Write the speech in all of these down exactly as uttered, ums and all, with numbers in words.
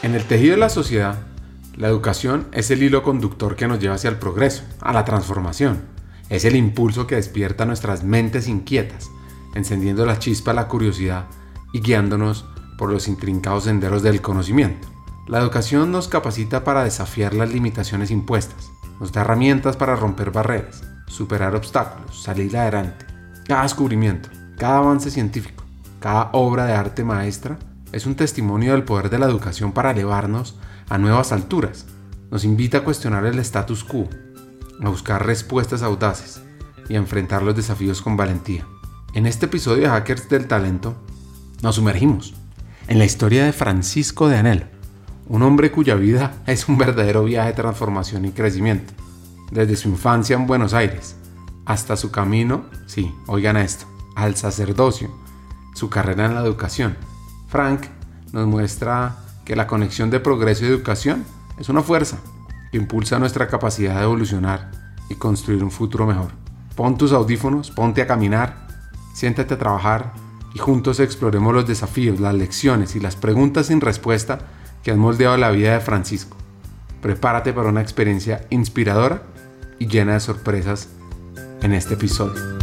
En el tejido de la sociedad, la educación es el hilo conductor que nos lleva hacia el progreso, a la transformación. Es el impulso que despierta nuestras mentes inquietas, encendiendo la chispa de la curiosidad y guiándonos por los intrincados senderos del conocimiento. La educación nos capacita para desafiar las limitaciones impuestas, nos da herramientas para romper barreras, superar obstáculos, salir adelante. Cada descubrimiento, cada avance científico, cada obra de arte maestra es un testimonio del poder de la educación para elevarnos a nuevas alturas. Nos invita a cuestionar el status quo, a buscar respuestas audaces y a enfrentar los desafíos con valentía. En este episodio de Hackers del Talento, nos sumergimos en la historia de Francisco de Anhelo, un hombre cuya vida es un verdadero viaje de transformación y crecimiento, desde su infancia en Buenos Aires hasta su camino, sí, oigan esto, al sacerdocio, su carrera en la educación. Frank nos muestra que la conexión de progreso y educación es una fuerza que impulsa nuestra capacidad de evolucionar y construir un futuro mejor. Pon tus audífonos, ponte a caminar, siéntate a trabajar y juntos exploremos los desafíos, las lecciones y las preguntas sin respuesta que han moldeado la vida de Francisco. Prepárate para una experiencia inspiradora y llena de sorpresas en este episodio.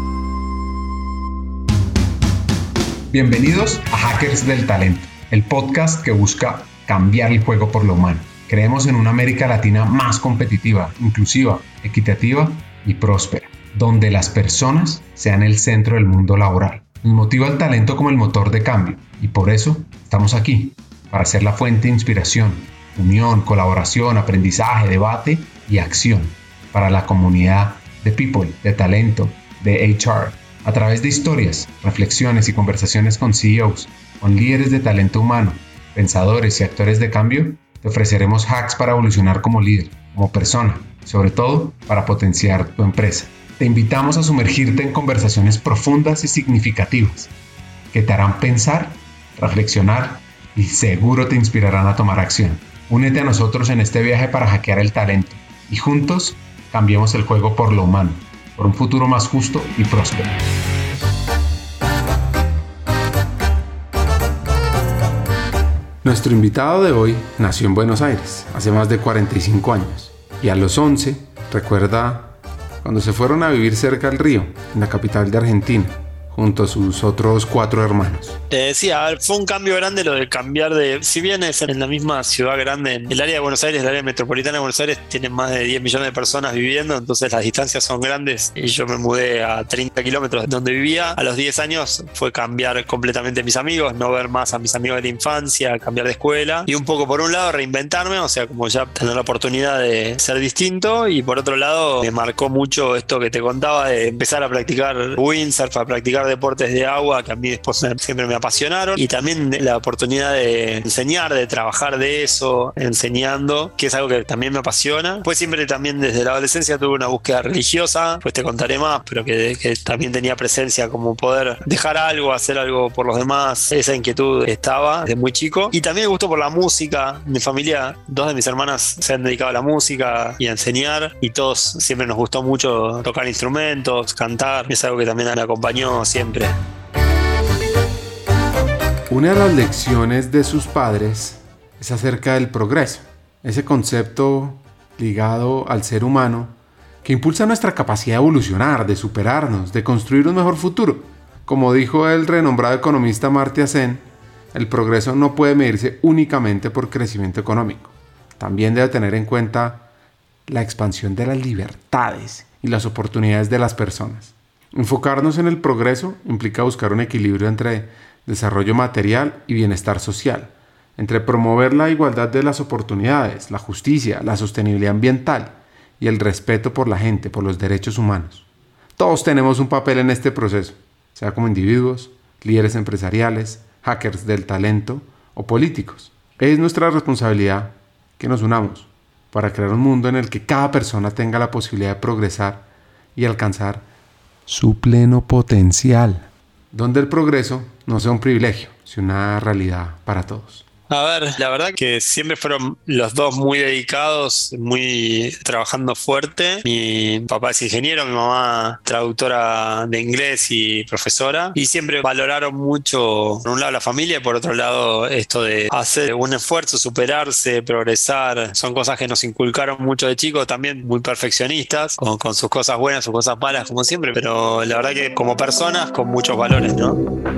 Bienvenidos a Hackers del Talento, el podcast que busca cambiar el juego por lo humano. Creemos en una América Latina más competitiva, inclusiva, equitativa y próspera, donde las personas sean el centro del mundo laboral. Nos motiva el talento como el motor de cambio y por eso estamos aquí, para ser la fuente de inspiración, unión, colaboración, aprendizaje, debate y acción para la comunidad de people, de talento, de H R. A través de historias, reflexiones y conversaciones con C E Os, con líderes de talento humano, pensadores y actores de cambio, te ofreceremos hacks para evolucionar como líder, como persona, y sobre todo para potenciar tu empresa. Te invitamos a sumergirte en conversaciones profundas y significativas que te harán pensar, reflexionar y seguro te inspirarán a tomar acción. Únete a nosotros en este viaje para hackear el talento y juntos cambiemos el juego por lo humano, por un futuro más justo y próspero. Nuestro invitado de hoy nació en Buenos Aires hace más de cuarenta y cinco años y a los once recuerda cuando se fueron a vivir cerca del río, en la capital de Argentina, junto a sus otros cuatro hermanos. Te decía, a ver, fue un cambio grande lo de cambiar de... Si bien es en la misma ciudad grande, en el área de Buenos Aires, el área metropolitana de Buenos Aires, tiene más de diez millones de personas viviendo, entonces las distancias son grandes y yo me mudé a treinta kilómetros de donde vivía. A los diez años fue cambiar completamente mis amigos, no ver más a mis amigos de la infancia, cambiar de escuela y un poco por un lado reinventarme, o sea, como ya tener la oportunidad de ser distinto, y por otro lado me marcó mucho esto que te contaba de empezar a practicar windsurf, a practicar deportes de agua que a mí después siempre me apasionaron, y también la oportunidad de enseñar, de trabajar de eso, enseñando, que es algo que también me apasiona. Pues siempre también desde la adolescencia tuve una búsqueda religiosa, pues te contaré más, pero que, que también tenía presencia como poder dejar algo, hacer algo por los demás. Esa inquietud estaba desde muy chico, y también me gustó por la música. Mi familia, dos de mis hermanas se han dedicado a la música y a enseñar, y todos siempre nos gustó mucho tocar instrumentos, cantar, es algo que también me acompañó siempre. Una de las lecciones de sus padres es acerca del progreso, ese concepto ligado al ser humano que impulsa nuestra capacidad de evolucionar, de superarnos, de construir un mejor futuro. Como dijo el renombrado economista Amartya Sen, el progreso no puede medirse únicamente por crecimiento económico. También debe tener en cuenta la expansión de las libertades y las oportunidades de las personas. Enfocarnos en el progreso implica buscar un equilibrio entre desarrollo material y bienestar social, entre promover la igualdad de las oportunidades, la justicia, la sostenibilidad ambiental y el respeto por la gente, por los derechos humanos. Todos tenemos un papel en este proceso, sea como individuos, líderes empresariales, hackers del talento o políticos. Es nuestra responsabilidad que nos unamos para crear un mundo en el que cada persona tenga la posibilidad de progresar y alcanzar su pleno potencial, donde el progreso no sea un privilegio, sino una realidad para todos. A ver, la verdad que siempre fueron los dos muy dedicados, muy trabajando fuerte. Mi papá es ingeniero, mi mamá traductora de inglés y profesora. Y siempre valoraron mucho, por un lado, la familia y por otro lado, esto de hacer un esfuerzo, superarse, progresar. Son cosas que nos inculcaron mucho de chicos, también muy perfeccionistas, con, con sus cosas buenas, sus cosas malas, como siempre. Pero la verdad que como personas, con muchos valores, ¿no?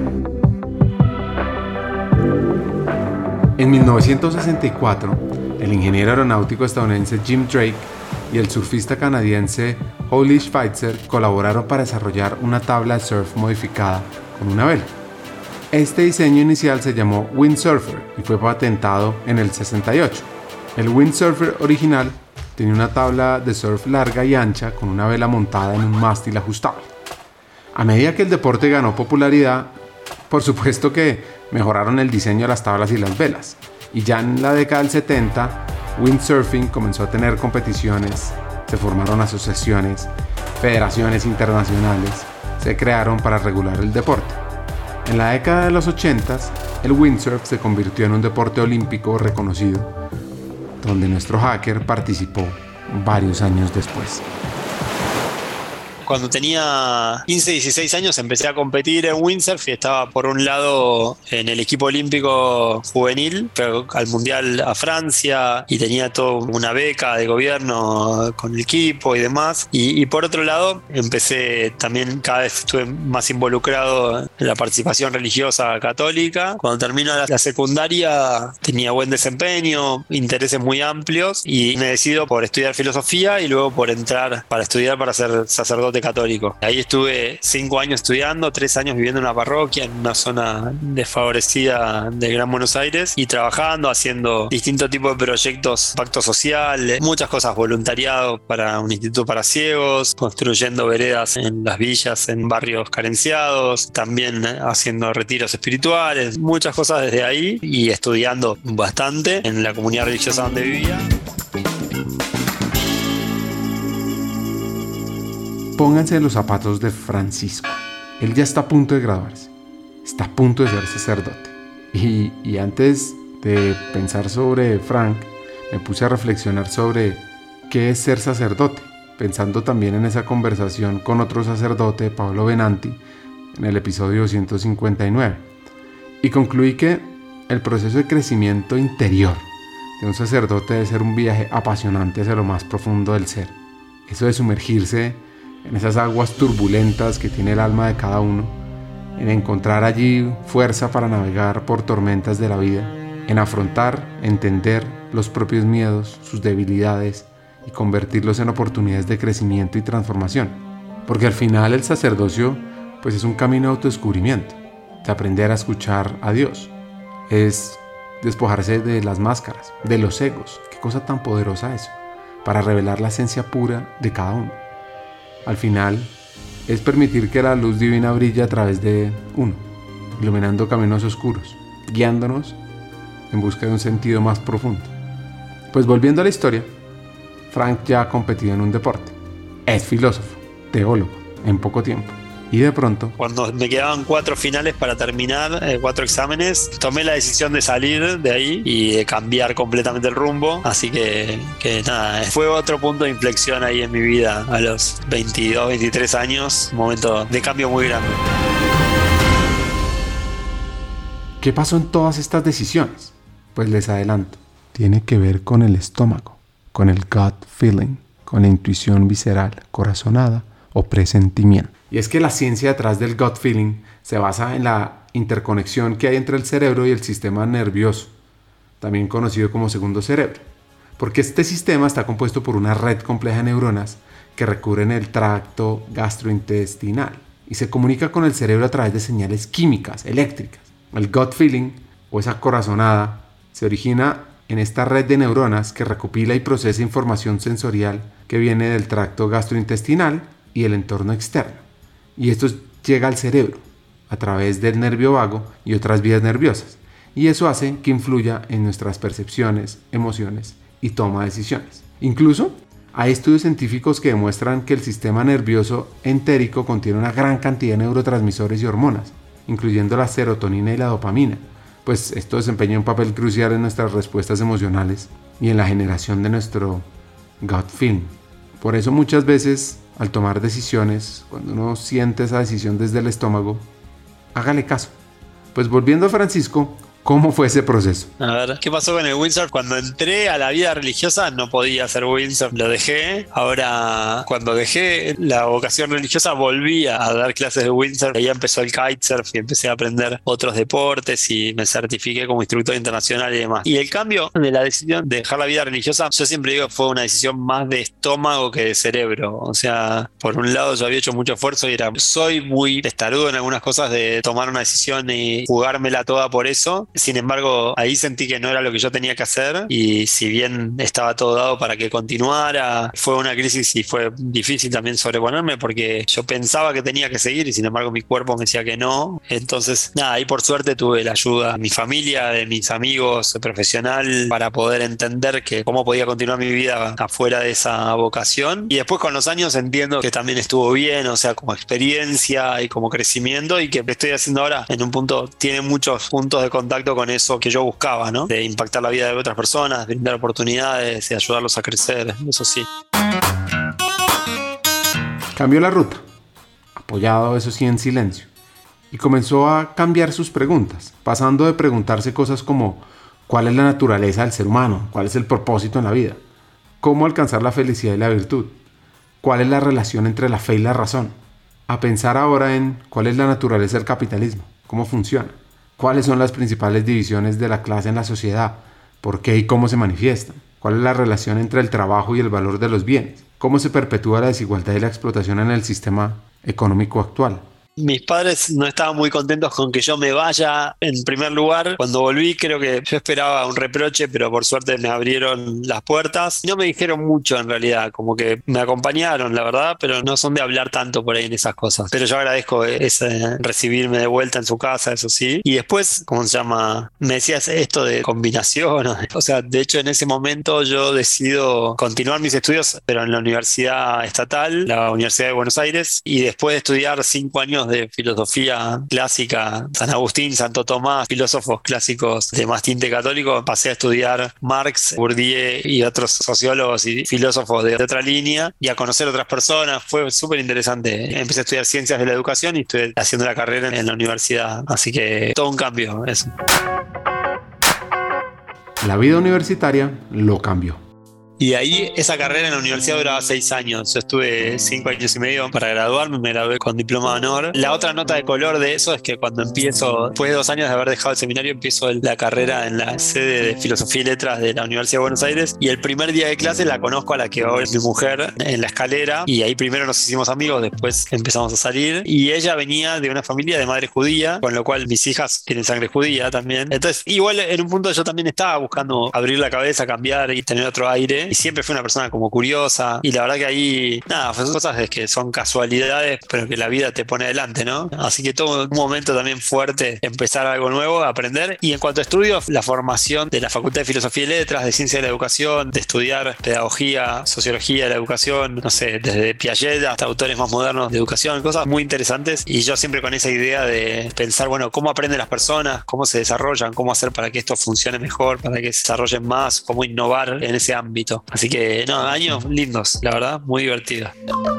En mil novecientos sesenta y cuatro, el ingeniero aeronáutico estadounidense Jim Drake y el surfista canadiense Holly Schweitzer colaboraron para desarrollar una tabla de surf modificada con una vela. Este diseño inicial se llamó Windsurfer y fue patentado en el sesenta y ocho. El Windsurfer original tenía una tabla de surf larga y ancha con una vela montada en un mástil ajustable. A medida que el deporte ganó popularidad, por supuesto que mejoraron el diseño de las tablas y las velas, y ya en la década del setenta, windsurfing comenzó a tener competiciones, se formaron asociaciones, federaciones internacionales, se crearon para regular el deporte. En la década de los ochenta, el windsurf se convirtió en un deporte olímpico reconocido, donde nuestro hacker participó varios años después. Cuando tenía quince, dieciséis años empecé a competir en windsurf y estaba por un lado en el equipo olímpico juvenil, pero al mundial a Francia, y tenía toda una beca de gobierno con el equipo y demás. Y, y por otro lado empecé también, cada vez estuve más involucrado en la participación religiosa católica. Cuando terminó la, la secundaria tenía buen desempeño, intereses muy amplios, y me decido por estudiar filosofía y luego por entrar para estudiar para ser sacerdote católico. Ahí estuve cinco años estudiando, tres años viviendo en una parroquia en una zona desfavorecida del Gran Buenos Aires y trabajando, haciendo distintos tipos de proyectos, pacto social, muchas cosas, voluntariado para un instituto para ciegos, construyendo veredas en las villas, en barrios carenciados, también haciendo retiros espirituales, muchas cosas desde ahí, y estudiando bastante en la comunidad religiosa donde vivía. Pónganse en los zapatos de Francisco. Él ya está a punto de graduarse. Está a punto de ser sacerdote. Y, y antes de pensar sobre Frank, me puse a reflexionar sobre qué es ser sacerdote, pensando también en esa conversación con otro sacerdote, Pablo Benanti, en el episodio doscientos cincuenta y nueve. Y concluí que el proceso de crecimiento interior de un sacerdote debe ser un viaje apasionante hacia lo más profundo del ser. Eso de sumergirse en esas aguas turbulentas que tiene el alma de cada uno, en encontrar allí fuerza para navegar por tormentas de la vida, en afrontar, entender los propios miedos, sus debilidades y convertirlos en oportunidades de crecimiento y transformación. Porque al final el sacerdocio pues es un camino de autodescubrimiento, de aprender a escuchar a Dios, es despojarse de las máscaras, de los egos. Qué cosa tan poderosa eso, para revelar la esencia pura de cada uno. Al final, es permitir que la luz divina brille a través de uno, iluminando caminos oscuros, guiándonos en busca de un sentido más profundo. Pues volviendo a la historia, Frank ya ha competido en un deporte. Es filósofo, teólogo, en poco tiempo. Y de pronto, cuando me quedaban cuatro finales para terminar, eh, cuatro exámenes, tomé la decisión de salir de ahí y de cambiar completamente el rumbo. Así que, que nada, fue otro punto de inflexión ahí en mi vida a los veintidós, veintitrés años, un momento de cambio muy grande. ¿Qué pasó en todas estas decisiones? Pues les adelanto, tiene que ver con el estómago, con el gut feeling, con la intuición visceral, corazonada o presentimiento. Y es que la ciencia detrás del gut feeling se basa en la interconexión que hay entre el cerebro y el sistema nervioso, también conocido como segundo cerebro, porque este sistema está compuesto por una red compleja de neuronas que recubren el tracto gastrointestinal y se comunica con el cerebro a través de señales químicas, eléctricas. El gut feeling, o esa corazonada, se origina en esta red de neuronas que recopila y procesa información sensorial que viene del tracto gastrointestinal y el entorno externo. Y esto llega al cerebro a través del nervio vago y otras vías nerviosas. Y eso hace que influya en nuestras percepciones, emociones y toma de decisiones. Incluso hay estudios científicos que demuestran que el sistema nervioso entérico contiene una gran cantidad de neurotransmisores y hormonas, incluyendo la serotonina y la dopamina, pues esto desempeña un papel crucial en nuestras respuestas emocionales y en la generación de nuestro gut feeling. Por eso muchas veces al tomar decisiones, cuando uno siente esa decisión desde el estómago, hágale caso. Pues volviendo a Francisco, ¿cómo fue ese proceso? A ver, ¿qué pasó con el windsurf? Cuando entré a la vida religiosa no podía hacer windsurf, lo dejé. Ahora, cuando dejé la vocación religiosa, volví a dar clases de windsurf. Ahí empezó el kitesurf y empecé a aprender otros deportes y me certifiqué como instructor internacional y demás. Y el cambio de la decisión de dejar la vida religiosa, yo siempre digo que fue una decisión más de estómago que de cerebro. O sea, por un lado yo había hecho mucho esfuerzo y era, soy muy testarudo en algunas cosas de tomar una decisión y jugármela toda por eso. Sin embargo, ahí sentí que no era lo que yo tenía que hacer y si bien estaba todo dado para que continuara, fue una crisis y fue difícil también sobreponerme porque yo pensaba que tenía que seguir y sin embargo mi cuerpo me decía que no. Entonces, nada, ahí por suerte tuve la ayuda de mi familia, de mis amigos, de profesional, para poder entender que cómo podía continuar mi vida afuera de esa vocación. Y después con los años entiendo que también estuvo bien, o sea, como experiencia y como crecimiento, y que lo que estoy haciendo ahora en un punto tiene muchos puntos de contacto con eso que yo buscaba, ¿no? De impactar la vida de otras personas, de brindar oportunidades y ayudarlos a crecer, eso sí. Cambió la ruta, apoyado eso sí en silencio, y comenzó a cambiar sus preguntas, pasando de preguntarse cosas como ¿cuál es la naturaleza del ser humano? ¿Cuál es el propósito en la vida? ¿Cómo alcanzar la felicidad y la virtud? ¿Cuál es la relación entre la fe y la razón? A pensar ahora en ¿cuál es la naturaleza del capitalismo? ¿Cómo funciona? ¿Cuáles son las principales divisiones de la clase en la sociedad? ¿Por qué y cómo se manifiestan? ¿Cuál es la relación entre el trabajo y el valor de los bienes? ¿Cómo se perpetúa la desigualdad y la explotación en el sistema económico actual? Mis padres no estaban muy contentos con que yo me vaya en primer lugar. Cuando volví creo que yo esperaba un reproche, pero por suerte me abrieron las puertas. No me dijeron mucho en realidad, como que me acompañaron, la verdad, pero no son de hablar tanto por ahí en esas cosas. Pero yo agradezco ese recibirme de vuelta en su casa, eso sí. Y después, ¿cómo se llama? Me decías esto de combinación. O sea, de hecho en ese momento yo decido continuar mis estudios, pero en la Universidad Estatal, la Universidad de Buenos Aires, y después de estudiar cinco años de filosofía clásica, San Agustín, Santo Tomás, filósofos clásicos de más tinte católico, pasé a estudiar Marx, Bourdieu y otros sociólogos y filósofos de otra línea y a conocer otras personas. Fue súper interesante. Empecé a estudiar ciencias de la educación y estoy haciendo la carrera en la universidad, así que todo un cambio eso. La vida universitaria lo cambió. Y de ahí esa carrera en la universidad duraba seis años. Yo estuve cinco años y medio para graduarme, me gradué con diploma de honor. La otra nota de color de eso es que cuando empiezo, después de dos años de haber dejado el seminario, empiezo la carrera en la sede de Filosofía y Letras de la Universidad de Buenos Aires. Y el primer día de clase la conozco a la que ahora es mi mujer en la escalera. Y ahí primero nos hicimos amigos, después empezamos a salir. Y ella venía de una familia de madre judía, con lo cual mis hijas tienen sangre judía también. Entonces, igual en un punto yo también estaba buscando abrir la cabeza, cambiar y tener otro aire. Y siempre fui una persona como curiosa y la verdad que ahí, nada, son cosas que son casualidades, pero que la vida te pone adelante, ¿no? Así que todo un momento también fuerte, empezar algo nuevo, aprender. Y en cuanto a estudios, la formación de la Facultad de Filosofía y Letras, de Ciencia de la Educación, de estudiar pedagogía, sociología de la educación, no sé, desde Piaget hasta autores más modernos de educación, cosas muy interesantes. Y yo siempre con esa idea de pensar, bueno, cómo aprenden las personas, cómo se desarrollan, cómo hacer para que esto funcione mejor, para que se desarrollen más, cómo innovar en ese ámbito. Así que no, años lindos, la verdad, muy divertidos.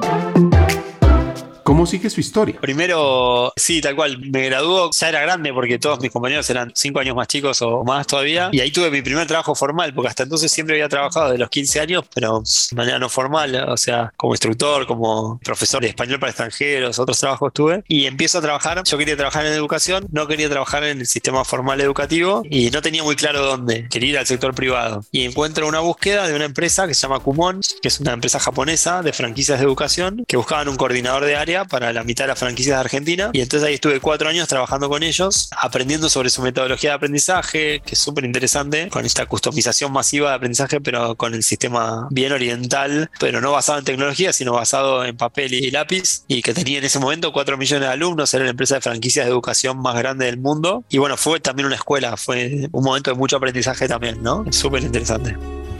¿Cómo sigue su historia? Primero, sí, tal cual, me graduó, ya era grande porque todos mis compañeros eran cinco años más chicos o más todavía, y ahí tuve mi primer trabajo formal, porque hasta entonces siempre había trabajado de los quince años, pero de manera no formal, o sea, como instructor, como profesor de español para extranjeros, otros trabajos tuve, y empiezo a trabajar. Yo quería trabajar en educación, no quería trabajar en el sistema formal educativo, y no tenía muy claro dónde, quería ir al sector privado, y encuentro una búsqueda de una empresa que se llama Kumon, que es una empresa japonesa de franquicias de educación, que buscaban un coordinador de área para la mitad de las franquicias de Argentina, y entonces ahí estuve cuatro años trabajando con ellos, aprendiendo sobre su metodología de aprendizaje, que es súper interesante, con esta customización masiva de aprendizaje, pero con el sistema bien oriental, pero no basado en tecnología, sino basado en papel y lápiz, y que tenía en ese momento cuatro millones de alumnos, era la empresa de franquicias de educación más grande del mundo, y bueno, fue también una escuela, fue un momento de mucho aprendizaje también, ¿no? Súper interesante.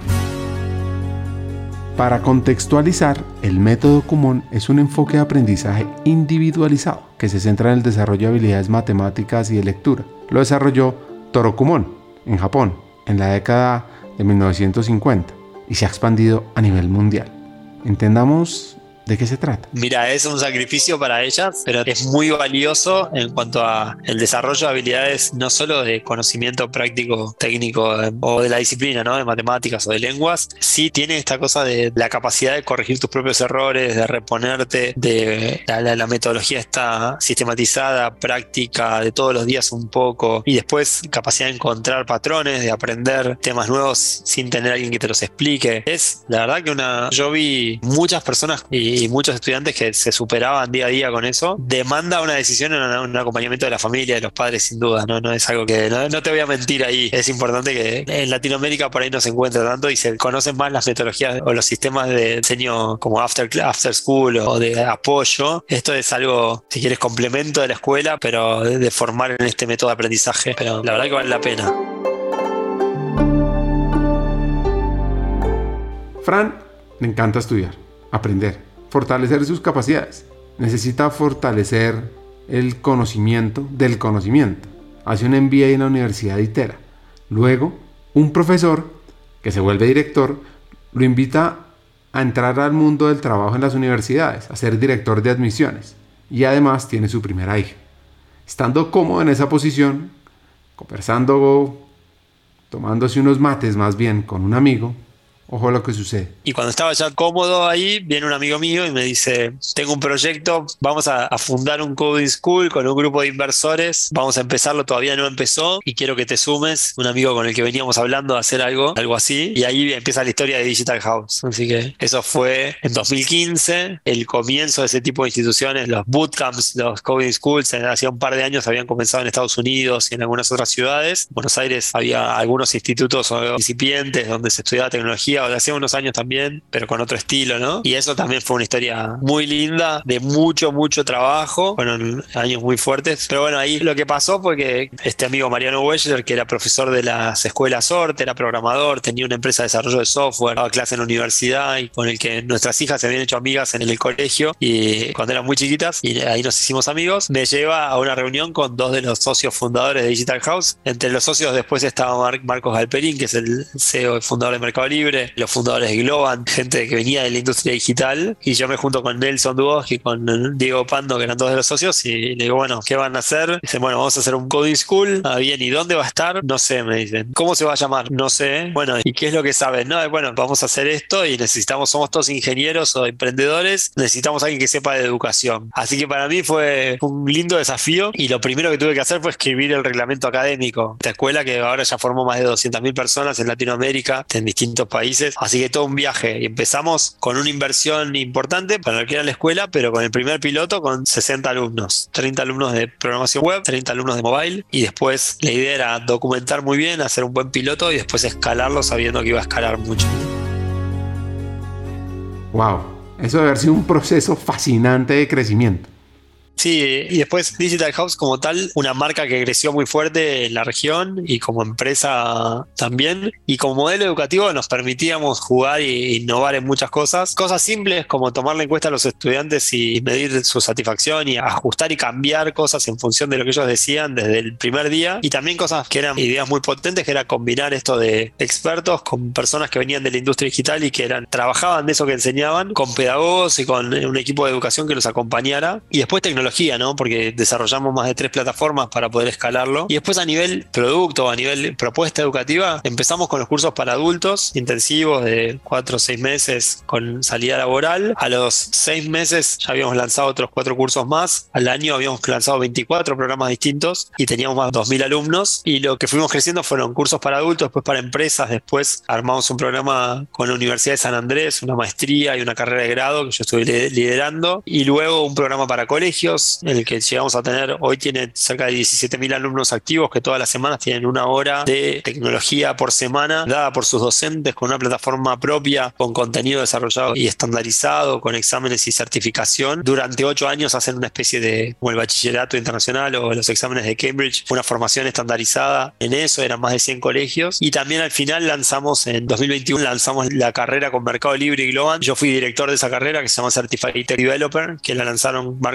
Para contextualizar, el método Kumon es un enfoque de aprendizaje individualizado que se centra en el desarrollo de habilidades matemáticas y de lectura. Lo desarrolló Torakumon, en Japón, en la década de mil novecientos cincuenta, y se ha expandido a nivel mundial. Entendamos de qué se trata. Mira, es un sacrificio para ellas, pero es muy valioso en cuanto a el desarrollo de habilidades, no solo de conocimiento práctico, técnico eh, o de la disciplina, ¿no? De matemáticas o de lenguas. Sí tiene esta cosa de la capacidad de corregir tus propios errores, de reponerte, de la, la, la metodología está sistematizada, práctica, de todos los días un poco, y después capacidad de encontrar patrones, de aprender temas nuevos sin tener a alguien que te los explique. Es la verdad que una... Yo vi muchas personas y y muchos estudiantes que se superaban día a día con eso. Demanda una decisión en un acompañamiento de la familia, de los padres, sin duda. No, no es algo que... No, no te voy a mentir ahí. Es importante que en Latinoamérica por ahí no se encuentra tanto y se conocen más las metodologías o los sistemas de enseño como after, after school o de apoyo. Esto es algo, si quieres, complemento de la escuela, pero de, de formar en este método de aprendizaje. Pero la verdad que vale la pena. Fran le encanta estudiar, aprender, fortalecer sus capacidades. Necesita fortalecer el conocimiento del conocimiento. Hace un M B A en la Universidad de Itera. Luego, un profesor que se vuelve director lo invita a entrar al mundo del trabajo en las universidades, a ser director de admisiones. Y además tiene su primera hija. Estando cómodo en esa posición, conversando, tomándose unos mates más bien con un amigo, ojo lo que sucede. Y cuando estaba ya cómodo ahí, viene un amigo mío y me dice, tengo un proyecto, vamos a, a fundar un coding school con un grupo de inversores, vamos a empezarlo, todavía no empezó y quiero que te sumes, un amigo con el que veníamos hablando de hacer algo, algo así, y ahí empieza la historia de Digital House. Así que eso fue en dos mil quince, el comienzo de ese tipo de instituciones, los bootcamps, los coding schools, hacía un par de años habían comenzado en Estados Unidos y en algunas otras ciudades. En Buenos Aires había algunos institutos o incipientes donde se estudiaba tecnología, o de hace unos años también, pero con otro estilo, ¿no? Y eso también fue una historia muy linda, de mucho, mucho trabajo, fueron años muy fuertes, pero bueno, ahí lo que pasó fue que este amigo Mariano Weller, que era profesor de las escuelas Orte, era programador, tenía una empresa de desarrollo de software, daba clase en la universidad y con el que nuestras hijas se habían hecho amigas en el colegio y cuando eran muy chiquitas, y ahí nos hicimos amigos, me lleva a una reunión con dos de los socios fundadores de Digital House. Entre los socios después estaba Mar- Marcos Galperín, que es el C E O y fundador de Mercado Libre, los fundadores de Globant, gente que venía de la industria digital, y yo me junto con Nelson Dubois y con Diego Pando, que eran dos de los socios, y le digo, bueno, ¿qué van a hacer? Dicen, bueno, vamos a hacer un coding school. Ah, bien, ¿y dónde va a estar? No sé, me dicen. ¿Cómo se va a llamar? No sé. Bueno, ¿y qué es lo que saben? No, bueno, vamos a hacer esto y necesitamos, somos todos ingenieros o emprendedores, necesitamos a alguien que sepa de educación. Así que para mí fue un lindo desafío y lo primero que tuve que hacer fue escribir el reglamento académico. Esta escuela que ahora ya formó más de doscientas mil personas en Latinoamérica, en distintos países. Así que todo un viaje. Y empezamos con una inversión importante para lo que era la escuela, pero con el primer piloto con sesenta alumnos, treinta alumnos de programación web, treinta alumnos de mobile, y después la idea era documentar muy bien, hacer un buen piloto y después escalarlo sabiendo que iba a escalar mucho. Wow, eso debe haber sido un proceso fascinante de crecimiento. Sí, y después Digital House como tal, una marca que creció muy fuerte en la región y como empresa también. Y como modelo educativo nos permitíamos jugar e innovar en muchas cosas. Cosas simples como tomarle en cuenta a los estudiantes y medir su satisfacción y ajustar y cambiar cosas en función de lo que ellos decían desde el primer día. Y también cosas que eran ideas muy potentes, que era combinar esto de expertos con personas que venían de la industria digital y que eran, trabajaban de eso que enseñaban, con pedagogos y con un equipo de educación que los acompañara. Y después tecnología, ¿no? Porque desarrollamos más de tres plataformas para poder escalarlo. Y después a nivel producto, a nivel propuesta educativa, empezamos con los cursos para adultos intensivos de cuatro o seis meses con salida laboral. A los seis meses ya habíamos lanzado otros cuatro cursos más. Al año habíamos lanzado veinticuatro programas distintos y teníamos más de dos mil alumnos. Y lo que fuimos creciendo fueron cursos para adultos, después para empresas. Después armamos un programa con la Universidad de San Andrés, una maestría y una carrera de grado que yo estuve liderando. Y luego un programa para colegios, en el que llegamos a tener, hoy tiene cerca de diecisiete mil alumnos activos que todas las semanas tienen una hora de tecnología por semana dada por sus docentes con una plataforma propia, con contenido desarrollado y estandarizado, con exámenes y certificación. Durante ocho años hacen una especie de, como el bachillerato internacional o los exámenes de Cambridge, una formación estandarizada en eso, eran más de cien colegios. Y también al final lanzamos, en dos mil veintiuno, lanzamos la carrera con Mercado Libre y Globant. Yo fui director de esa carrera que se llama Certified Tech Developer, que la lanzaron Marcos Galperín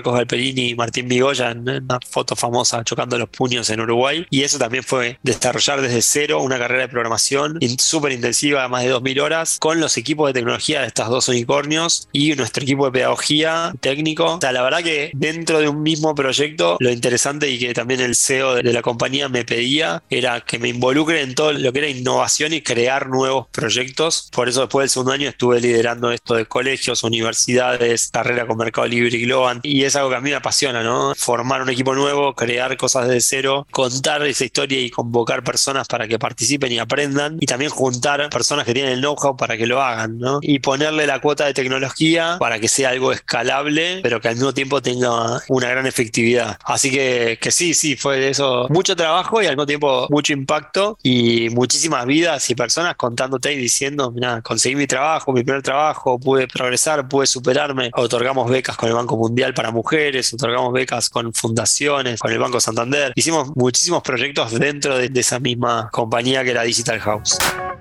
Marini y Martín Migoya en una foto famosa chocando los puños en Uruguay. Y eso también fue desarrollar desde cero una carrera de programación súper intensiva, más de dos mil horas, con los equipos de tecnología de estas dos unicornios y nuestro equipo de pedagogía técnico. O sea, la verdad que dentro de un mismo proyecto, lo interesante y que también el C E O de la compañía me pedía era que me involucre en todo lo que era innovación y crear nuevos proyectos. Por eso después del segundo año estuve liderando esto de colegios, universidades, carrera con Mercado Libre y Globant, y es algo que a mí me apasiona, ¿no? Formar un equipo nuevo, crear cosas desde cero, contar esa historia y convocar personas para que participen y aprendan, y también juntar personas que tienen el know-how para que lo hagan, ¿no? Y ponerle la cuota de tecnología para que sea algo escalable, pero que al mismo tiempo tenga una gran efectividad. Así que, que sí, sí, fue de eso mucho trabajo y al mismo tiempo mucho impacto y muchísimas vidas y personas contándote y diciendo, mira, conseguí mi trabajo, mi primer trabajo, pude progresar, pude superarme. Otorgamos becas con el Banco Mundial para mujeres, otorgamos becas con fundaciones, con el Banco Santander. Hicimos muchísimos proyectos dentro de, de esa misma compañía que era Digital House.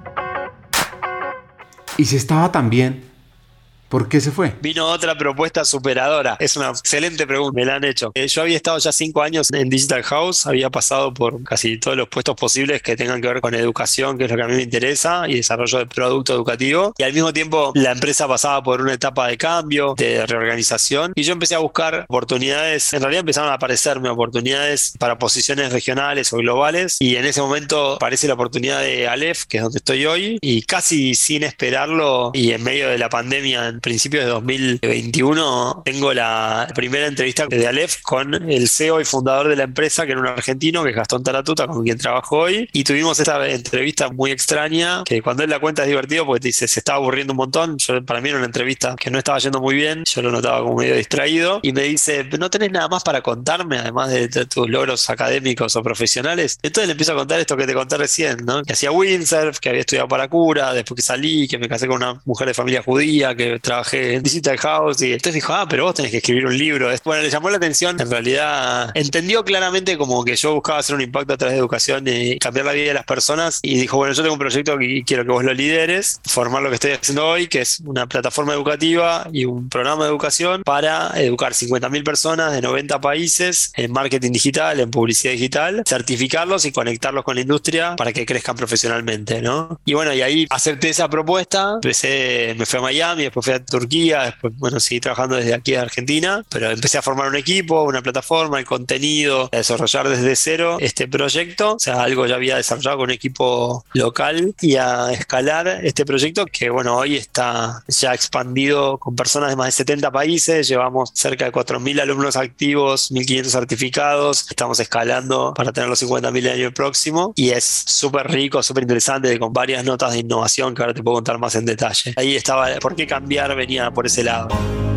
Y si estaba tan bien, ¿por qué se fue? Vino otra propuesta superadora. Es una excelente pregunta, me la han hecho. Eh, yo había estado ya cinco años en Digital House, había pasado por casi todos los puestos posibles que tengan que ver con educación, que es lo que a mí me interesa, y desarrollo de producto educativo. Y al mismo tiempo la empresa pasaba por una etapa de cambio, de reorganización, y yo empecé a buscar oportunidades. En realidad empezaron a aparecerme oportunidades para posiciones regionales o globales, y en ese momento aparece la oportunidad de Aleph, que es donde estoy hoy, y casi sin esperarlo, y en medio de la pandemia, en principios de dos mil veintiuno, tengo la primera entrevista de Aleph con el C E O y fundador de la empresa, que era un argentino, que es Gastón Taratuta, con quien trabajo hoy, y tuvimos esta entrevista muy extraña, que cuando él la cuenta es divertido porque te dice, se estaba aburriendo un montón. Yo, para mí era una entrevista que no estaba yendo muy bien, yo lo notaba como medio distraído, y me dice, ¿no tenés nada más para contarme, además de, de tus logros académicos o profesionales? Entonces le empiezo a contar esto que te conté recién, ¿no? Que hacía windsurf, que había estudiado para cura, después que salí, que me casé con una mujer de familia judía, que trabajé en Digital House, y entonces dijo, ah, pero vos tenés que escribir un libro. Bueno, le llamó la atención. En realidad entendió claramente como que yo buscaba hacer un impacto a través de educación y cambiar la vida de las personas, y dijo, bueno, yo tengo un proyecto y quiero que vos lo lideres, formar lo que estoy haciendo hoy, que es una plataforma educativa y un programa de educación para educar cincuenta mil personas de noventa países en marketing digital, en publicidad digital, certificarlos y conectarlos con la industria para que crezcan profesionalmente, ¿no? Y bueno, y ahí acepté esa propuesta, empecé, me fui a Miami, después fui a Turquía, después, bueno, seguí trabajando desde aquí de Argentina, pero empecé a formar un equipo, una plataforma, el contenido, a desarrollar desde cero este proyecto, o sea, algo ya había desarrollado con un equipo local, y a escalar este proyecto que, bueno, hoy está ya expandido con personas de más de setenta países, llevamos cerca de cuatro mil alumnos activos, mil quinientos certificados, estamos escalando para tener los cincuenta mil el año próximo, y es súper rico, súper interesante, con varias notas de innovación que ahora te puedo contar más en detalle. Ahí estaba, ¿por qué cambiar? Venía por ese lado.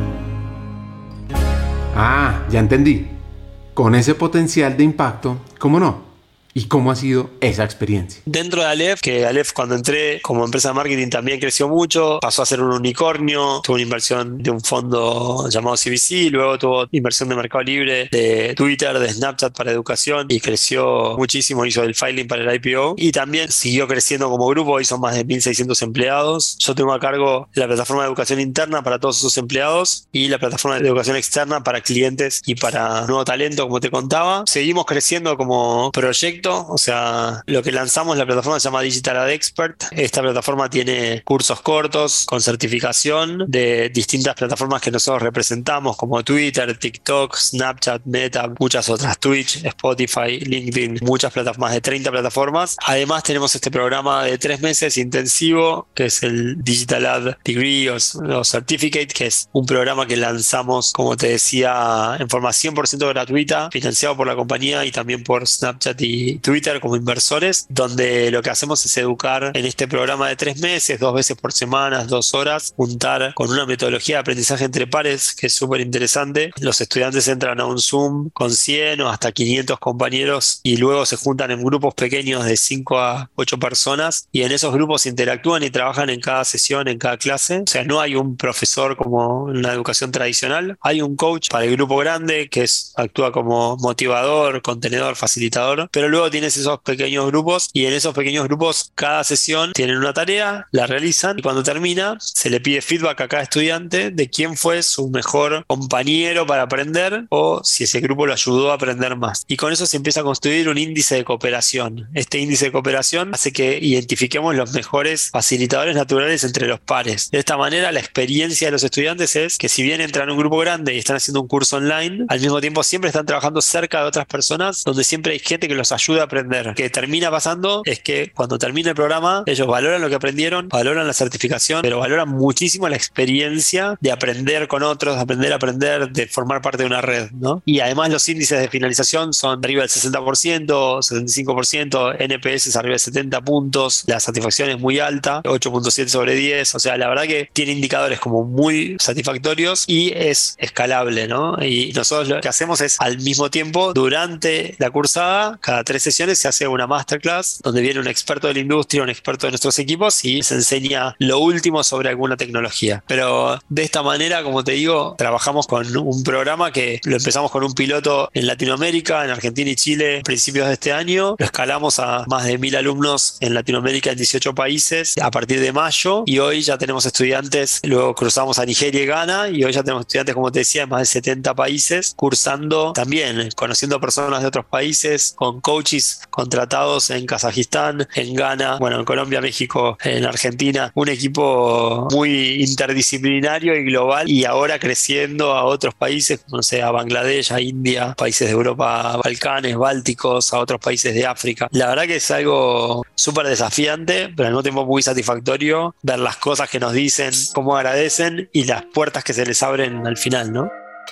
Ah, ya entendí. Con ese potencial de impacto, ¿cómo no? ¿Y cómo ha sido esa experiencia? Dentro de Aleph, que Aleph cuando entré como empresa de marketing también creció mucho, pasó a ser un unicornio, tuvo una inversión de un fondo llamado C V C, luego tuvo inversión de Mercado Libre, de Twitter, de Snapchat para educación, y creció muchísimo, hizo el filing para el I P O, y también siguió creciendo como grupo, hizo más de mil seiscientos empleados. Yo tengo a cargo la plataforma de educación interna para todos esos empleados y la plataforma de educación externa para clientes y para nuevo talento, como te contaba. Seguimos creciendo como proyecto. O sea, lo que lanzamos, la plataforma se llama Digital Ad Expert. Esta plataforma tiene cursos cortos con certificación de distintas plataformas que nosotros representamos, como Twitter, TikTok, Snapchat, Meta, muchas otras, Twitch, Spotify, LinkedIn, muchas plataformas, más de treinta plataformas. Además tenemos este programa de tres meses intensivo, que es el Digital Ad Degree o, o Certificate, que es un programa que lanzamos, como te decía, en forma cien por ciento gratuita, financiado por la compañía y también por Snapchat y Twitter como inversores, donde lo que hacemos es educar en este programa de tres meses, dos veces por semana, dos horas, juntar con una metodología de aprendizaje entre pares que es súper interesante. Los estudiantes entran a un Zoom con cien o hasta quinientos compañeros y luego se juntan en grupos pequeños de cinco a ocho personas, y en esos grupos interactúan y trabajan en cada sesión, en cada clase. O sea, no hay un profesor como en la educación tradicional, hay un coach para el grupo grande que es, actúa como motivador, contenedor, facilitador, pero luego luego tienes esos pequeños grupos y en esos pequeños grupos cada sesión tienen una tarea, la realizan y cuando termina se le pide feedback a cada estudiante de quién fue su mejor compañero para aprender o si ese grupo lo ayudó a aprender más. Y con eso se empieza a construir un índice de cooperación. Este índice de cooperación hace que identifiquemos los mejores facilitadores naturales entre los pares. De esta manera, la experiencia de los estudiantes es que si bien entran a un grupo grande y están haciendo un curso online, al mismo tiempo siempre están trabajando cerca de otras personas donde siempre hay gente que los ayuda a aprender. Lo que termina pasando es que cuando termina el programa, ellos valoran lo que aprendieron, valoran la certificación, pero valoran muchísimo la experiencia de aprender con otros, de aprender a aprender, de formar parte de una red, ¿no? Y además los índices de finalización son arriba del sesenta por ciento, setenta y cinco por ciento, N P S es arriba de setenta puntos, la satisfacción es muy alta, ocho punto siete sobre diez, o sea, la verdad que tiene indicadores como muy satisfactorios y es escalable, ¿no? Y nosotros lo que hacemos es al mismo tiempo, durante la cursada, cada tres sesiones se hace una masterclass donde viene un experto de la industria, un experto de nuestros equipos y se enseña lo último sobre alguna tecnología. Pero de esta manera, como te digo, trabajamos con un programa que lo empezamos con un piloto en Latinoamérica, en Argentina y Chile, a principios de este año. Lo escalamos a más de mil alumnos en Latinoamérica en dieciocho países a partir de mayo y hoy ya tenemos estudiantes, luego cruzamos a Nigeria y Ghana y hoy ya tenemos estudiantes, como te decía, en más de setenta países, cursando también, conociendo personas de otros países, con coaches contratados en Kazajistán, en Ghana, bueno, en Colombia, México, en Argentina, un equipo muy interdisciplinario y global y ahora creciendo a otros países, no sé, a Bangladesh, a India, países de Europa, Balcanes, Bálticos, a otros países de África. La verdad que es algo súper desafiante, pero al mismo tiempo muy satisfactorio ver las cosas que nos dicen, cómo agradecen y las puertas que se les abren al final, ¿no?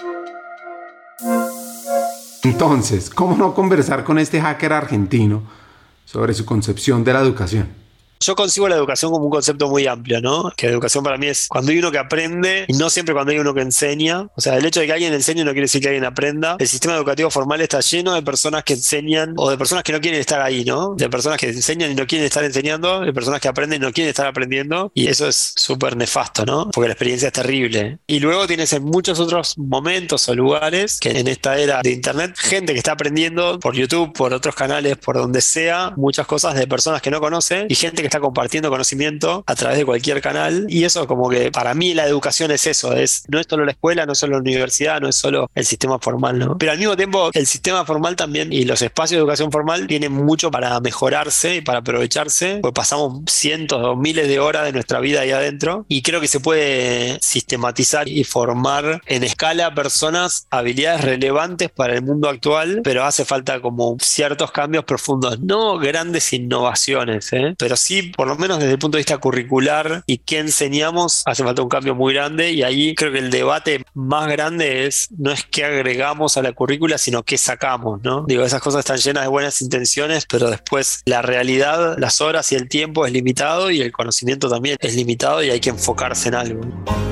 Entonces, ¿cómo no conversar con este hacker argentino sobre su concepción de la educación? Yo concibo la educación como un concepto muy amplio, ¿no? Que la educación para mí es cuando hay uno que aprende y no siempre cuando hay uno que enseña. O sea, el hecho de que alguien enseñe no quiere decir que alguien aprenda. El sistema educativo formal está lleno de personas que enseñan o de personas que no quieren estar ahí, ¿no? De personas que enseñan y no quieren estar enseñando, de personas que aprenden y no quieren estar aprendiendo. Y eso es súper nefasto, ¿no? Porque la experiencia es terrible. Y luego tienes en muchos otros momentos o lugares que en esta era de internet, gente que está aprendiendo por YouTube, por otros canales, por donde sea, muchas cosas de personas que no conocen y gente que está compartiendo conocimiento a través de cualquier canal y eso como que para mí la educación es eso, es no es solo la escuela, no es solo la universidad, no es solo el sistema formal, ¿no? Pero al mismo tiempo el sistema formal también y los espacios de educación formal tienen mucho para mejorarse y para aprovecharse, porque pasamos cientos o miles de horas de nuestra vida ahí adentro y creo que se puede sistematizar y formar en escala personas habilidades relevantes para el mundo actual, pero hace falta como ciertos cambios profundos, no grandes innovaciones, ¿eh? Pero sí por lo menos desde el punto de vista curricular y qué enseñamos, hace falta un cambio muy grande y ahí creo que el debate más grande es no es qué agregamos a la currícula, sino qué sacamos, ¿no? Digo, esas cosas están llenas de buenas intenciones, pero después la realidad, las horas y el tiempo es limitado y el conocimiento también es limitado y hay que enfocarse en algo.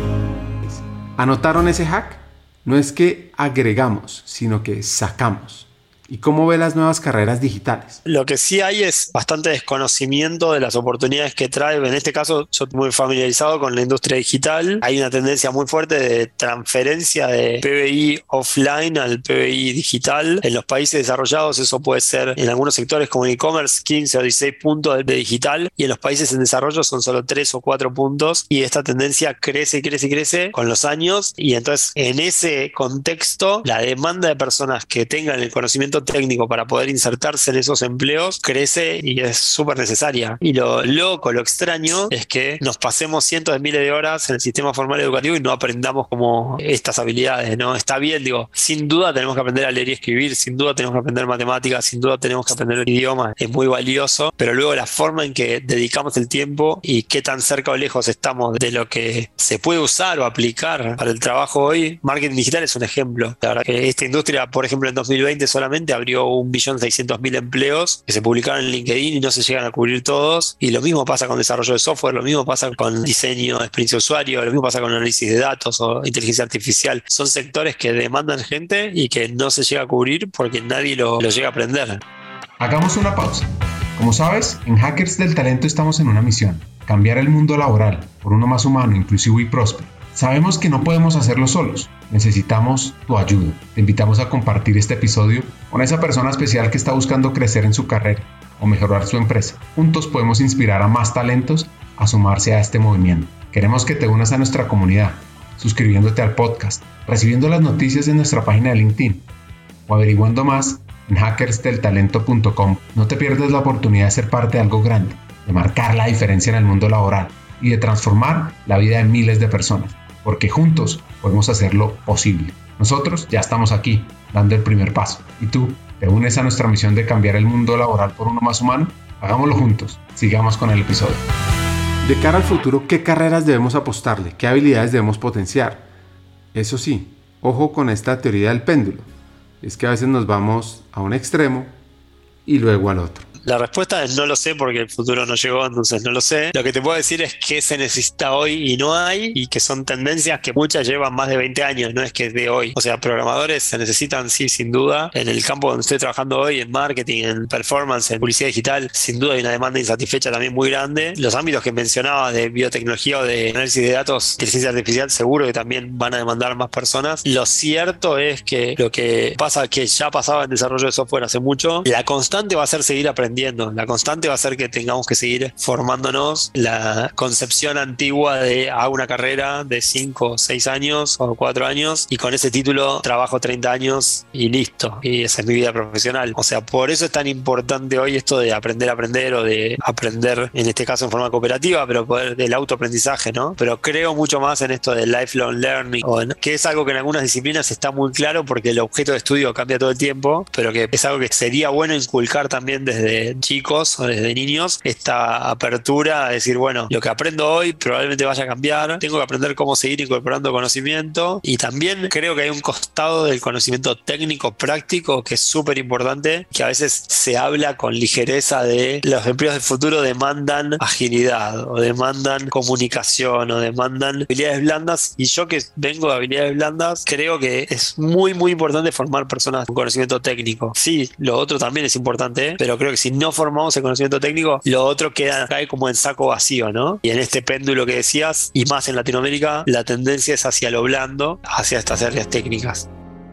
¿Anotaron ese hack? No es que agregamos, sino que sacamos. ¿Y cómo ve las nuevas carreras digitales? Lo que sí hay es bastante desconocimiento de las oportunidades que trae. En este caso, yo estoy muy familiarizado con la industria digital. Hay una tendencia muy fuerte de transferencia de P B I offline al P B I digital. En los países desarrollados eso puede ser en algunos sectores como el e-commerce quince o dieciséis puntos de digital y en los países en desarrollo son solo tres o cuatro puntos y esta tendencia crece y crece y crece con los años y entonces en ese contexto la demanda de personas que tengan el conocimiento técnico para poder insertarse en esos empleos crece y es súper necesaria. Y lo loco, lo extraño es que nos pasemos cientos de miles de horas en el sistema formal educativo y no aprendamos como estas habilidades, ¿no? Está bien, digo, sin duda tenemos que aprender a leer y escribir, sin duda tenemos que aprender matemáticas, sin duda tenemos que aprender idiomas, es muy valioso, pero luego la forma en que dedicamos el tiempo y qué tan cerca o lejos estamos de lo que se puede usar o aplicar para el trabajo hoy. Marketing digital es un ejemplo. La verdad que esta industria, por ejemplo, en dos mil veinte solamente abrió un millón seiscientos mil empleos que se publicaron en LinkedIn y no se llegan a cubrir todos. Y lo mismo pasa con desarrollo de software, lo mismo pasa con diseño de experiencia de usuario, lo mismo pasa con análisis de datos o inteligencia artificial. Son sectores que demandan gente y que no se llega a cubrir porque nadie lo, lo llega a aprender. Hagamos una pausa. Como sabes, en Hackers del Talento estamos en una misión: cambiar el mundo laboral por uno más humano, inclusivo y próspero. Sabemos que no podemos hacerlo solos, necesitamos tu ayuda. Te invitamos a compartir este episodio con esa persona especial que está buscando crecer en su carrera o mejorar su empresa. Juntos podemos inspirar a más talentos a sumarse a este movimiento. Queremos que te unas a nuestra comunidad, suscribiéndote al podcast, recibiendo las noticias en nuestra página de LinkedIn o averiguando más en hackers del talento punto com. No te pierdas la oportunidad de ser parte de algo grande, de marcar la diferencia en el mundo laboral y de transformar la vida de miles de personas, porque juntos podemos hacerlo posible. Nosotros ya estamos aquí, dando el primer paso. ¿Y tú, te unes a nuestra misión de cambiar el mundo laboral por uno más humano? Hagámoslo juntos. Sigamos con el episodio. De cara al futuro, ¿qué carreras debemos apostarle? ¿Qué habilidades debemos potenciar? Eso sí, ojo con esta teoría del péndulo. Es que a veces nos vamos a un extremo y luego al otro. La respuesta es no lo sé porque el futuro no llegó, entonces no lo sé. Lo que te puedo decir es que se necesita hoy y no hay, y que son tendencias que muchas llevan más de veinte años, no es que es de hoy. O sea, programadores se necesitan, sí, sin duda. En el campo donde estoy trabajando hoy, en marketing, en performance, en publicidad digital, sin duda hay una demanda insatisfecha también muy grande. Los ámbitos que mencionaba de biotecnología o de análisis de datos, inteligencia artificial, seguro que también van a demandar más personas. Lo cierto es que lo que pasa, que ya pasaba en desarrollo de software hace mucho, la constante va a ser seguir aprendiendo. La constante va a ser que tengamos que seguir formándonos. La concepción antigua de hago una carrera de cinco o seis años o cuatro años y con ese título trabajo treinta años y listo. Y esa es mi vida profesional. O sea, por eso es tan importante hoy esto de aprender a aprender o de aprender, en este caso en forma cooperativa, pero poder del autoaprendizaje, ¿no? Pero creo mucho más en esto del lifelong learning, o en, que es algo que en algunas disciplinas está muy claro porque el objeto de estudio cambia todo el tiempo, pero que es algo que sería bueno inculcar también desde chicos o desde niños, esta apertura a decir, bueno, lo que aprendo hoy probablemente vaya a cambiar, tengo que aprender cómo seguir incorporando conocimiento. Y también creo que hay un costado del conocimiento técnico práctico que es súper importante, que a veces se habla con ligereza de los empleos del futuro demandan agilidad o demandan comunicación o demandan habilidades blandas, y yo que vengo de habilidades blandas creo que es muy muy importante formar personas con conocimiento técnico. Sí, lo otro también es importante, pero creo que si no formamos el conocimiento técnico, lo otro queda, cae como en saco vacío, ¿no? Y en este péndulo que decías, y más en Latinoamérica, la tendencia es hacia lo blando, hacia estas áreas técnicas.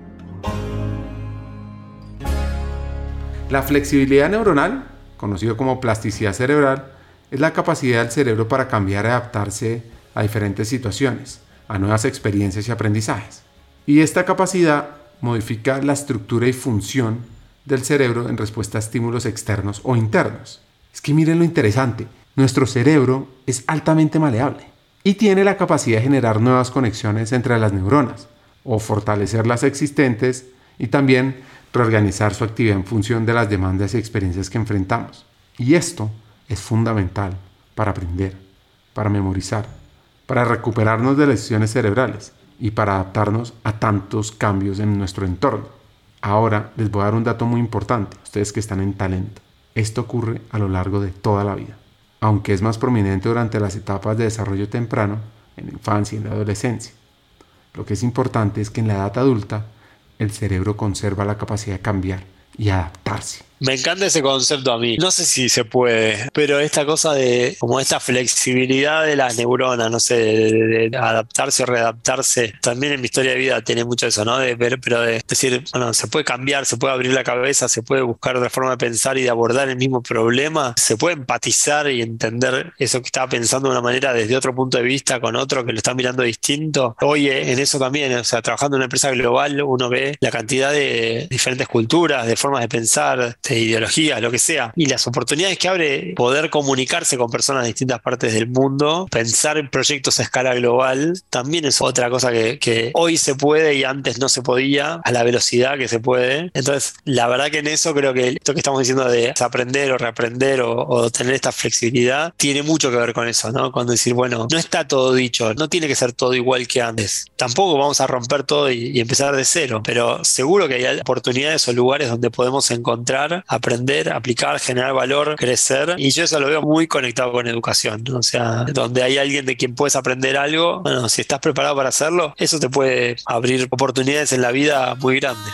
La flexibilidad neuronal, conocido como plasticidad cerebral, es la capacidad del cerebro para cambiar y adaptarse a diferentes situaciones, a nuevas experiencias y aprendizajes. Y esta capacidad modifica la estructura y función del cerebro en respuesta a estímulos externos o internos. Es que miren lo interesante, nuestro cerebro es altamente maleable y tiene la capacidad de generar nuevas conexiones entre las neuronas o fortalecer las existentes y también reorganizar su actividad en función de las demandas y experiencias que enfrentamos. Y esto es fundamental para aprender, para memorizar, para recuperarnos de lesiones cerebrales y para adaptarnos a tantos cambios en nuestro entorno. Ahora les voy a dar un dato muy importante, ustedes que están en talento. Esto ocurre a lo largo de toda la vida, aunque es más prominente durante las etapas de desarrollo temprano, en la infancia y en la adolescencia. Lo que es importante es que en la edad adulta, el cerebro conserva la capacidad de cambiar y adaptarse. Me encanta ese concepto a mí. No sé si se puede, pero esta cosa de como esta flexibilidad de las neuronas, no sé, de, de adaptarse o readaptarse, también en mi historia de vida tiene mucho eso, ¿no? De ver, pero de decir, bueno, se puede cambiar, se puede abrir la cabeza, se puede buscar otra forma de pensar y de abordar el mismo problema, se puede empatizar y entender eso que estaba pensando de una manera desde otro punto de vista con otro que lo está mirando distinto. Hoy en eso también, o sea, trabajando en una empresa global, uno ve la cantidad de diferentes culturas, de formas de pensar, de ideologías, lo que sea, y las oportunidades que abre poder comunicarse con personas de distintas partes del mundo, pensar en proyectos a escala global, también es otra cosa que, que hoy se puede y antes no se podía, a la velocidad que se puede. Entonces, la verdad que en eso creo que esto que estamos diciendo de aprender o reaprender o, o tener esta flexibilidad, tiene mucho que ver con eso, ¿no? Cuando decir, bueno, no está todo dicho, no tiene que ser todo igual que antes. Tampoco vamos a romper todo y, y empezar de cero, pero seguro que hay oportunidades o lugares donde podemos encontrar, aprender, aplicar, generar valor, crecer, y yo eso lo veo muy conectado con educación, ¿no? O sea, donde hay alguien de quien puedes aprender algo, bueno, si estás preparado para hacerlo, eso te puede abrir oportunidades en la vida muy grandes.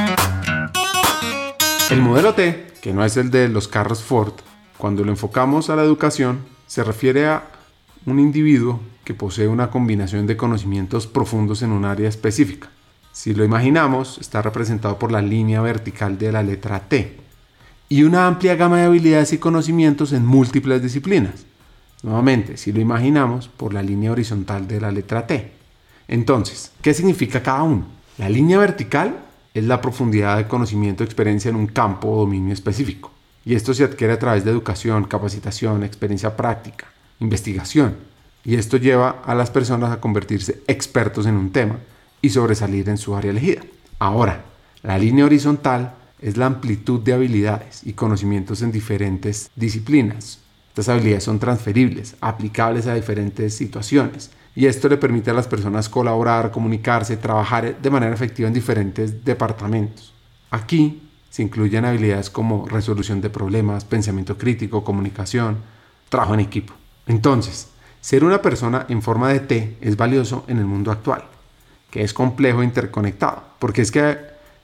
El modelo T, que no es el de los carros Ford, cuando lo enfocamos a la educación, se refiere a un individuo que posee una combinación de conocimientos profundos en un área específica. Si lo imaginamos, está representado por la línea vertical de la letra T y una amplia gama de habilidades y conocimientos en múltiples disciplinas. Nuevamente, si lo imaginamos, por la línea horizontal de la letra T. Entonces, ¿qué significa cada uno? La línea vertical es la profundidad de conocimiento o experiencia en un campo o dominio específico. Y esto se adquiere a través de educación, capacitación, experiencia práctica, investigación. Y esto lleva a las personas a convertirse expertos en un tema y sobresalir en su área elegida. Ahora, la línea horizontal es la amplitud de habilidades y conocimientos en diferentes disciplinas. Estas habilidades son transferibles, aplicables a diferentes situaciones. Y esto le permite a las personas colaborar, comunicarse, trabajar de manera efectiva en diferentes departamentos. Aquí se incluyen habilidades como resolución de problemas, pensamiento crítico, comunicación, trabajo en equipo. Entonces, ser una persona en forma de T es valioso en el mundo actual, que es complejo e interconectado, porque es que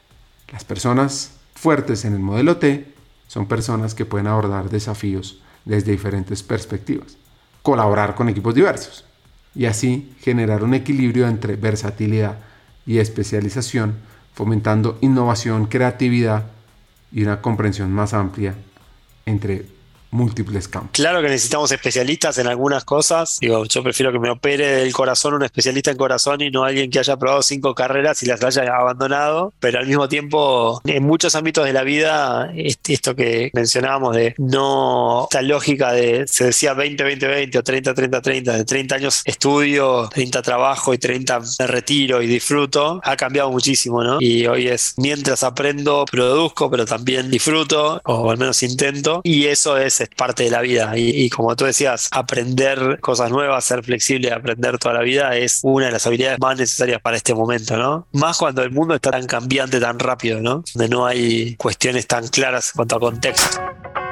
las personas fuertes en el modelo T son personas que pueden abordar desafíos desde diferentes perspectivas, colaborar con equipos diversos y así generar un equilibrio entre versatilidad y especialización, fomentando innovación, creatividad y una comprensión más amplia entre múltiples campos. Claro que necesitamos especialistas en algunas cosas. Digo, yo prefiero que me opere del corazón un especialista en corazón y no alguien que haya probado cinco carreras y las haya abandonado. Pero al mismo tiempo, en muchos ámbitos de la vida, esto que mencionábamos de no, esta lógica de, se decía veinte veinte veinte o treinta treinta treinta, de treinta años estudio, treinta trabajo y treinta me retiro y disfruto, ha cambiado muchísimo, ¿no? Y hoy es mientras aprendo, produzco, pero también disfruto, o al menos intento, y eso es es parte de la vida y, y como tú decías, aprender cosas nuevas, ser flexible, aprender toda la vida es una de las habilidades más necesarias para este momento, ¿no? Más cuando el mundo está tan cambiante, tan rápido, ¿no? Donde no hay cuestiones tan claras en cuanto a contexto.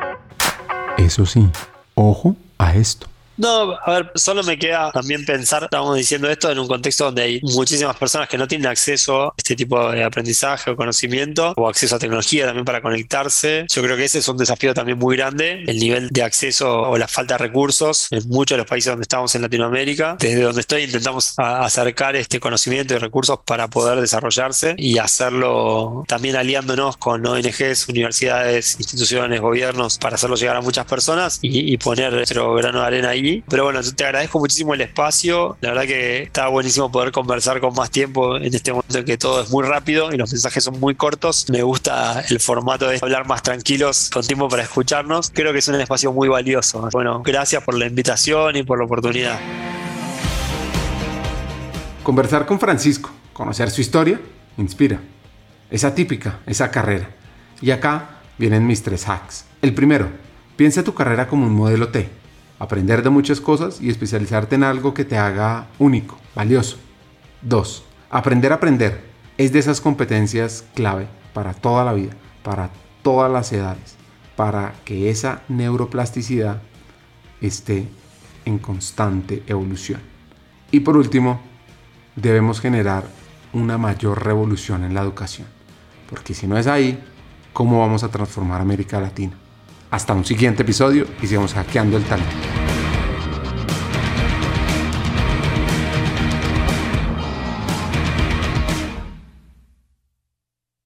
Eso sí, ojo a esto. No, a ver, solo me queda también pensar, estamos diciendo esto en un contexto donde hay muchísimas personas que no tienen acceso a este tipo de aprendizaje o conocimiento, o acceso a tecnología también para conectarse. Yo creo que ese es un desafío también muy grande, el nivel de acceso o la falta de recursos en muchos de los países donde estamos en Latinoamérica. Desde donde estoy intentamos a- acercar este conocimiento y recursos para poder desarrollarse y hacerlo también aliándonos con O N Ges, universidades, instituciones, gobiernos, para hacerlo llegar a muchas personas y, y poner nuestro grano de arena ahí. Pero bueno, te agradezco muchísimo el espacio. La verdad que está buenísimo poder conversar con más tiempo en este momento en que todo es muy rápido y los mensajes son muy cortos. Me gusta el formato de hablar más tranquilos, con tiempo para escucharnos. Creo que es un espacio muy valioso. Bueno, gracias por la invitación y por la oportunidad. Conversar con Francisco, conocer su historia, inspira. Es atípica esa carrera. Y acá vienen mis tres hacks. El primero, piensa tu carrera como un modelo T. Aprender de muchas cosas y especializarte en algo que te haga único, valioso. Dos, aprender a aprender. Es de esas competencias clave para toda la vida, para todas las edades, para que esa neuroplasticidad esté en constante evolución. Y por último, debemos generar una mayor revolución en la educación, porque si no es ahí, ¿cómo vamos a transformar América Latina? Hasta un siguiente episodio y sigamos hackeando el talento.